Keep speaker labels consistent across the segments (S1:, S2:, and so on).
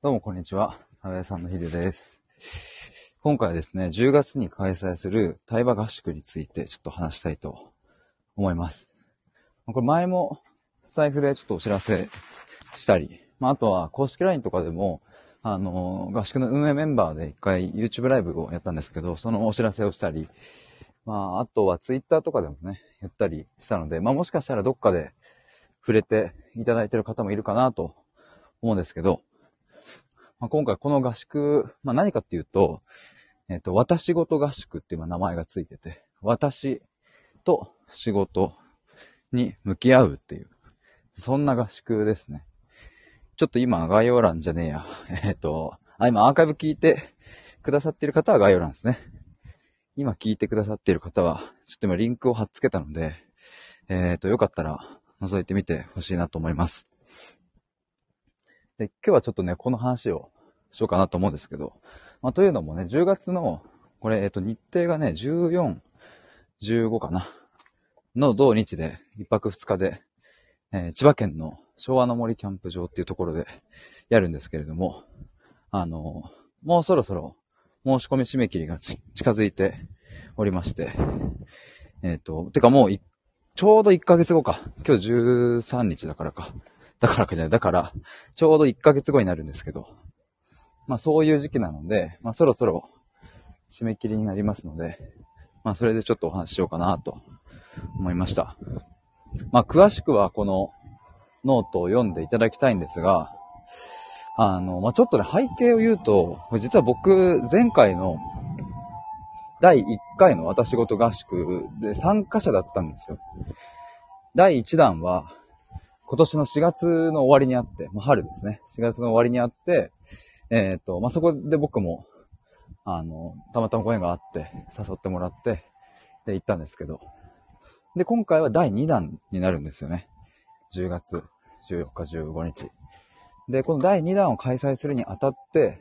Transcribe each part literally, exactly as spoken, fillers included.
S1: どうもこんにちは。長屋さんのヒデです。今回はですね、じゅうがつに開催する対話合宿についてちょっと話したいと思います。これ前もスタイフでちょっとお知らせしたり、まあ、あとは公式 ライン とかでも、あの、合宿の運営メンバーで一回 YouTube ライブをやったんですけど、そのお知らせをしたり、まあ、あとは Twitter とかでもね、言ったりしたので、まあ、もしかしたらどっかで触れていただいている方もいるかなと思うんですけど、まあ、今回この合宿、まあ、何かっていうと、えっと、私事合宿っていう名前がついてて、私と仕事に向き合うっていう、そんな合宿ですね。ちょっと今概要欄じゃねえや。えっと、あ、今アーカイブ聞いてくださっている方は概要欄ですね。今聞いてくださっている方は、ちょっと今リンクを貼っつけたので、えっと、よかったら覗いてみてほしいなと思います。で、今日はちょっとね、この話をしようかなと思うんですけど、まあ、というのもね、じゅうがつの、これ、えっと、日程がね、じゅうよん、じゅうごかな、の同日で、一泊二日で、えー、千葉県の昭和の森キャンプ場っていうところでやるんですけれども、あの、もうそろそろ申し込み締め切りが近づいておりまして、えっと、てかもうい、ちょうどいっかげつごか。今日じゅうさんにちだからか。だからかじゃない。だから、ちょうどいっかげつごになるんですけど、まあそういう時期なので、まあそろそろ締め切りになりますので、まあそれでちょっとお話ししようかなと思いました。まあ詳しくはこのノートを読んでいただきたいんですが、あの、まあちょっとね背景を言うと、実は僕前回のだいいっかいの私事合宿で参加者だったんですよ。だいいちだんは今年のしがつの終わりにあって、まあ、春ですね。しがつの終わりにあって、えっと、まあ、そこで僕も、あの、たまたまご縁があって、誘ってもらって、で、行ったんですけど。で、今回はだいにだんになるんですよね。じゅうがつじゅうよっか、じゅうごにち。で、このだいにだんを開催するにあたって、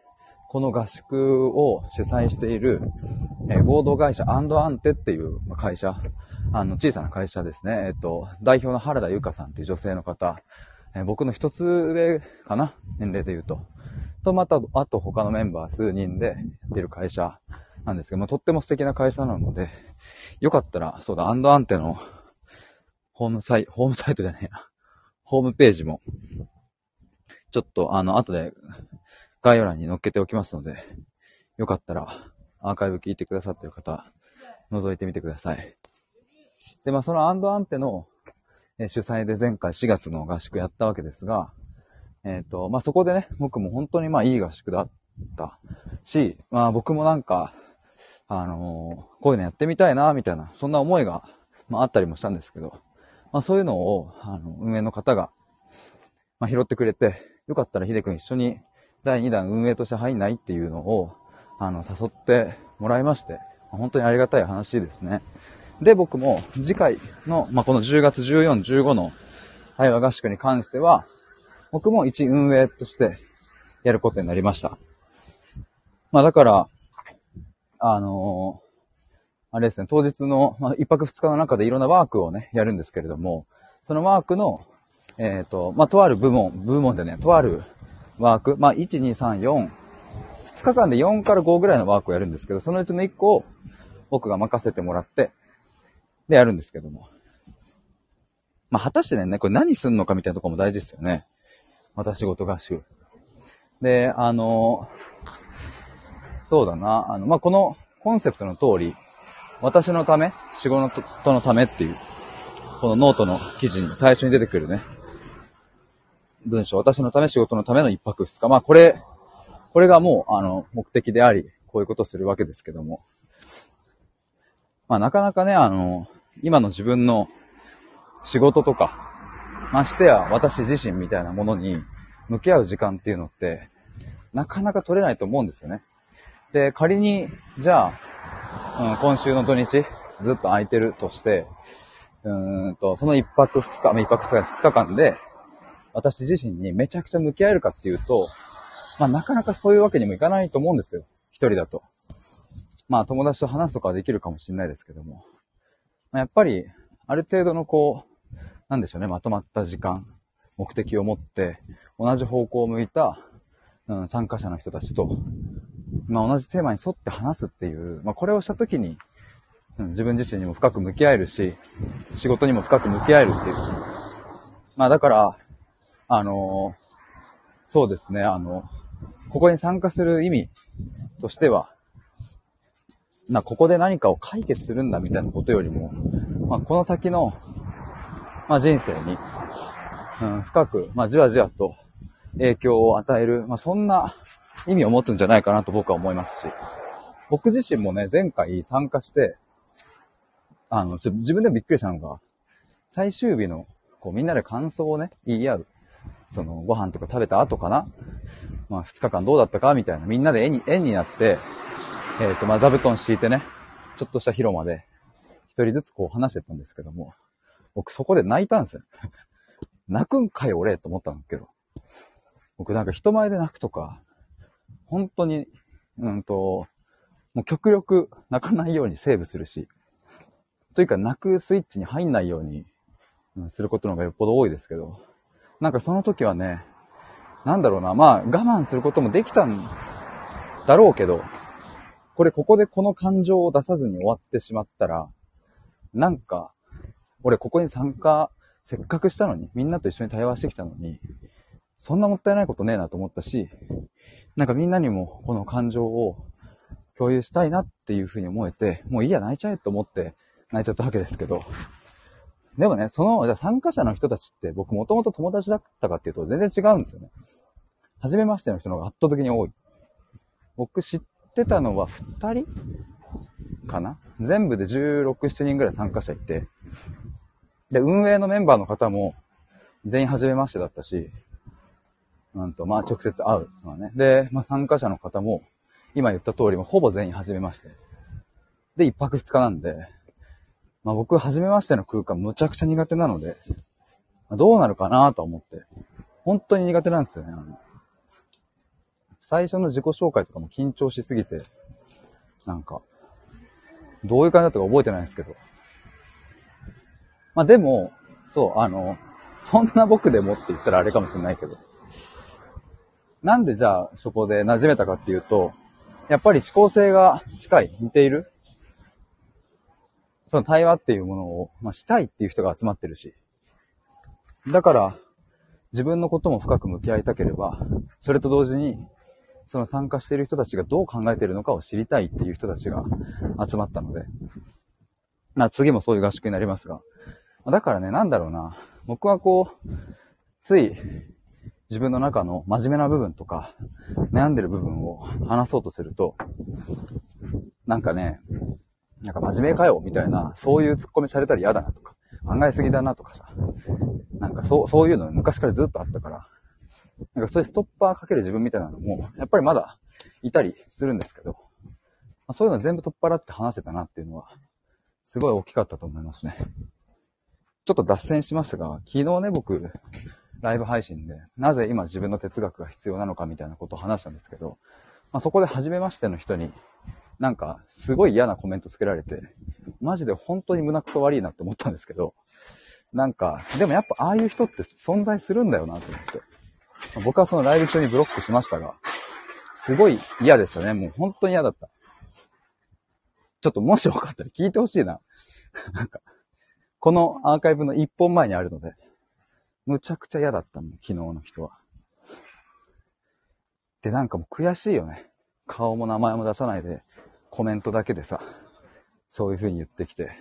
S1: この合宿を主催している、えー、合同会社アンドアンテっていう会社、あの、小さな会社ですね。えっと、代表の原田由香さんっていう女性の方、えー、僕の一つ上かな、年齢で言うと。と、また、あと他のメンバー数人でやってる会社なんですけども、とっても素敵な会社なので、よかったら、そうだ、アンドアンテのホームサイト、ホームサイトじゃねえな、ホームページも、ちょっと、あの、後で概要欄に載っけておきますので、よかったら、アーカイブ聞いてくださっている方、覗いてみてください。で、まあ、そのアンドアンテの主催で前回しがつの合宿やったわけですが、えっと、まあ、そこでね、僕も本当にまあ、いい合宿だったし、まあ、僕もなんか、あのー、こういうのやってみたいな、みたいな、そんな思いが、まあ、あったりもしたんですけど、まあ、そういうのを、あの、運営の方が、まあ、拾ってくれて、よかったらヒデ君一緒にだいにだん運営として入んないっていうのを、あの、誘ってもらいまして、本当にありがたい話ですね。で、僕も次回の、まあ、このじゅうがつじゅうよっか、じゅうごの対話合宿に関しては、僕も一運営としてやることになりました。まあだから、あのー、あれですね、当日の、まあ、一泊二日の中でいろんなワークをね、やるんですけれども、そのワークの、えっと、まあ、とある部門、部門でね、とあるワーク、まあ、いち、に、さん、よん、二日間でよんからごぐらいのワークをやるんですけど、そのうちのいっこを僕が任せてもらって、でやるんですけども。まあ、果たしてね、これ何すんのかみたいなところも大事ですよね。私事合宿。で、あの、そうだな、あの、まあ、このコンセプトの通り、私のため、仕事のためっていう、このノートの記事に最初に出てくるね、文章、私のため、仕事のための一泊二日。まあ、これ、これがもう、あの、目的であり、こういうことをするわけですけども。まあ、なかなかね、あの、今の自分の仕事とか、ましてや私自身みたいなものに向き合う時間っていうのって、なかなか取れないと思うんですよね。で、仮に、じゃあ、うん、今週の土日、ずっと空いてるとして、うーんと、その一泊二日、一泊二日、二日間で、私自身にめちゃくちゃ向き合えるかっていうと、まあなかなかそういうわけにもいかないと思うんですよ。一人だと。まあ友達と話すとかはできるかもしれないですけども。まあ、やっぱり、ある程度のこう、なんでしょうね、まとまった時間、目的を持って、同じ方向を向いたうん、参加者の人たちと、まあ、同じテーマに沿って話すっていう、まあ、これをしたときに、うん、自分自身にも深く向き合えるし、仕事にも深く向き合えるっていう。まあ、だから、あのー、そうですね、あの、ここに参加する意味としては、な、ここで何かを解決するんだみたいなことよりも、まあ、この先の、まあ、人生に、うん、深く、まあ、じわじわと影響を与える、まあ、そんな意味を持つんじゃないかなと僕は思いますし、僕自身もね、前回参加して、あの、ちょ自分でもびっくりしたのが、最終日の、こう、みんなで感想をね、言い合う。その、ご飯とか食べた後かな。まあ、二日間どうだったかみたいな。みんなで絵に、絵になって、えっと、まあ、座布団敷いてね、ちょっとした広間で、一人ずつこう話してたんですけども、僕そこで泣いたんですよ。泣くんかい俺と思ったんだけど。僕なんか人前で泣くとか、本当に、うんと、もう極力泣かないようにセーブするし、というか泣くスイッチに入んないように、うん、することの方がよっぽど多いですけど、なんかその時はね、なんだろうな、まあ我慢することもできたんだろうけど、これここでこの感情を出さずに終わってしまったら、なんか、俺ここに参加、せっかくしたのに、みんなと一緒に対話してきたのに、そんなもったいないことねえなと思ったし、なんかみんなにもこの感情を共有したいなっていうふうに思えて、もういいや泣いちゃえと思って泣いちゃったわけですけど、でもね、その、じゃあ参加者の人たちって僕もともと友達だったかっていうと全然違うんですよね。初めましての人の方が圧倒的に多い。僕知ってたのはふたりかな？全部でじゅうろく、ななにんぐらい参加者いて、で、運営のメンバーの方も全員初めましてだったし、なんと、まあ直接会うのはね。で、まあ参加者の方も、今言った通りもほぼ全員初めまして。で、一泊二日なんで、まあ僕初めましての空間むちゃくちゃ苦手なので、どうなるかなと思って。本当に苦手なんですよね。あの最初の自己紹介とかも緊張しすぎて、なんか、どういう感じだったか覚えてないんですけど。まあでも、そう、あの、そんな僕でもって言ったらあれかもしれないけど、なんでじゃあそこで馴染めたかっていうと、やっぱり思考性が近い、似ている。その対話っていうものを、まあ、したいっていう人が集まってるし。だから、自分のことも深く向き合いたければ、それと同時に、その参加している人たちがどう考えているのかを知りたいっていう人たちが集まったので、まあ次もそういう合宿になりますが。だからね、なんだろうな。僕はこう、つい自分の中の真面目な部分とか、悩んでる部分を話そうとすると、なんかね、なんか真面目かよみたいな、そういうツッコミされたら嫌だなとか、考えすぎだなとかさ、なんかそう、そういうの昔からずっとあったから、なんかそういうストッパーかける自分みたいなのも、やっぱりまだいたりするんですけど、そういうの全部取っ払って話せたなっていうのは、すごい大きかったと思いますね。ちょっと脱線しますが、昨日ね、僕、ライブ配信で、なぜ今自分の哲学が必要なのかみたいなことを話したんですけど、まあ、そこで初めましての人に、なんか、すごい嫌なコメントつけられて、マジで本当に胸くそ悪いなって思ったんですけど、なんか、でもやっぱああいう人って存在するんだよなと思って。僕はそのライブ中にブロックしましたが、すごい嫌でしたね。もう本当に嫌だった。ちょっともしよかったら聞いてほしいな。なんか、このアーカイブの一本前にあるので、むちゃくちゃ嫌だったの、昨日の人は。で、なんかもう悔しいよね。顔も名前も出さないで、コメントだけでさ、そういう風に言ってきて、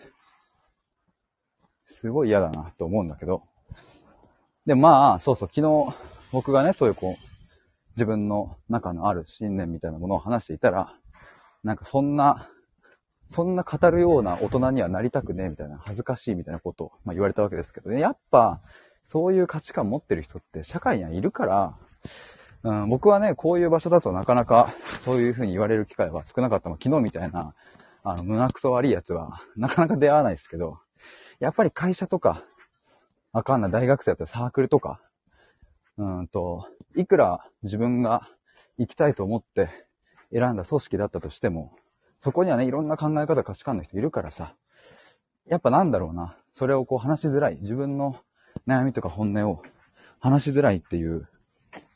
S1: すごい嫌だなと思うんだけど。で、まあ、そうそう、昨日僕がね、そういうこう、自分の中のある信念みたいなものを話していたら、なんかそんな、そんな語るような大人にはなりたくねえみたいな、恥ずかしいみたいなことを、まあ、言われたわけですけどね。やっぱ、そういう価値観持ってる人って社会にはいるから、うん、僕はね、こういう場所だとなかなかそういう風に言われる機会は少なかったの。昨日みたいな、あの、胸くそ悪いやつはなかなか出会わないですけど、やっぱり会社とか、わかんない大学生だったらサークルとか、うんと、いくら自分が行きたいと思って選んだ組織だったとしても、そこにはね、いろんな考え方、価値観の人いるからさ、やっぱなんだろうな、それをこう話しづらい、自分の悩みとか本音を話しづらいっていう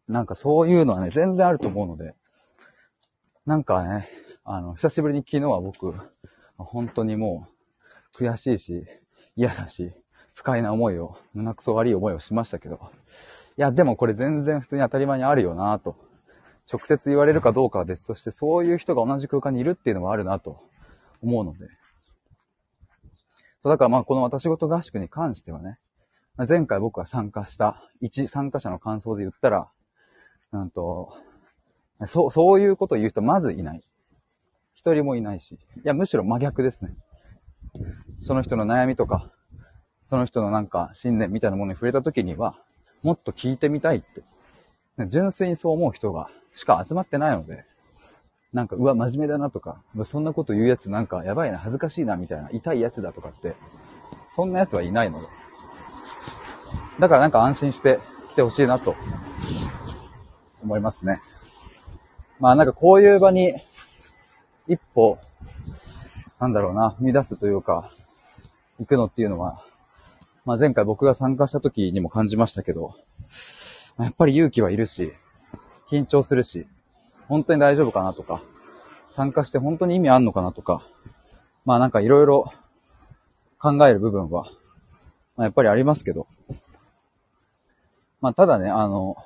S1: なんかそういうのはね、全然あると思うので、なんかね、あの、久しぶりに昨日は僕、本当にもう、悔しいし、嫌だし、不快な思いを、胸くそ悪い思いをしましたけど、いや、でもこれ全然普通に当たり前にあるよなぁと。直接言われるかどうかは別として、そういう人が同じ空間にいるっていうのもあるなと思うので。そうだからまあこの私事合宿に関してはね、前回僕が参加した一参加者の感想で言ったら、なんと、そう、そういうことを言う人まずいない。一人もいないし。いや、むしろ真逆ですね。その人の悩みとか、その人のなんか信念みたいなものに触れた時には、もっと聞いてみたいって。純粋にそう思う人がしか集まってないので、なんか、うわ、真面目だなとか、そんなこと言うやつなんかやばいな、恥ずかしいなみたいな、痛いやつだとかって、そんなやつはいないので。だからなんか安心して来てほしいなと思いますね。まあなんかこういう場に一歩、なんだろうな、踏み出すというか、行くのっていうのは、まあ前回僕が参加した時にも感じましたけど、やっぱり勇気はいるし、緊張するし、本当に大丈夫かなとか、参加して本当に意味あんのかなとか、まあなんかいろいろ考える部分は、まあ、やっぱりありますけど、まあただね、あの、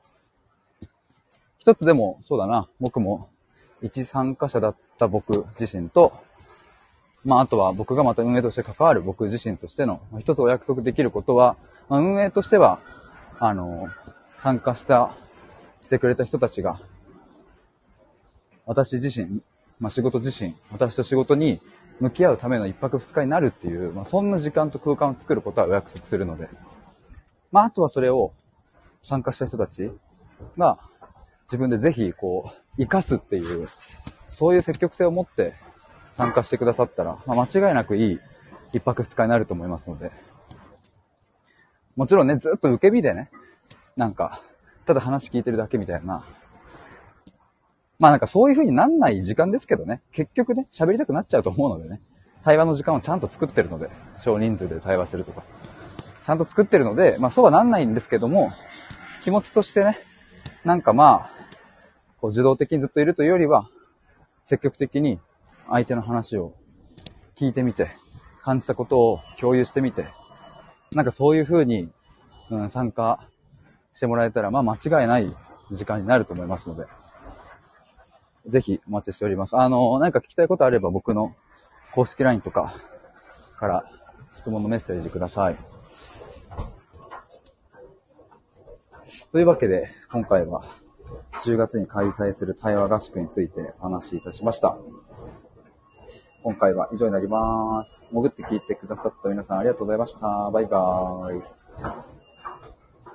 S1: 一つでもそうだな、僕も一参加者だった僕自身と、まああとは僕がまた運営として関わる僕自身としての一つお約束できることは、まあ、運営としては、あの、参加した、してくれた人たちが、私自身、まあ仕事自身、私と仕事に向き合うための一泊二日になるっていう、まあそんな時間と空間を作ることはお約束するので、まああとはそれを参加した人たちが自分でぜひこう、活かすっていう、そういう積極性を持って参加してくださったら、まあ間違いなくいい一泊二日になると思いますので、もちろんね、ずっと受け身でね、なんか、ただ話聞いてるだけみたいな、まあなんかそういう風になんない時間ですけどね。結局ね、喋りたくなっちゃうと思うのでね。対話の時間をちゃんと作ってるので、少人数で対話するとか。ちゃんと作ってるので、まあそうはなんないんですけども、気持ちとしてね、なんかまあ、こう受動的にずっといるというよりは、積極的に相手の話を聞いてみて、感じたことを共有してみて、なんかそういう風に、うん、参加してもらえたら、まあ間違いない時間になると思いますので、ぜひお待ちしております。あの、何か聞きたいことあれば僕の公式 ライン とかから質問のメッセージください。というわけで、今回はじゅうがつに開催する対話合宿についてお話しいたしました。今回は以上になります。潜って聞いてくださった皆さんありがとうございました。バイバーイ。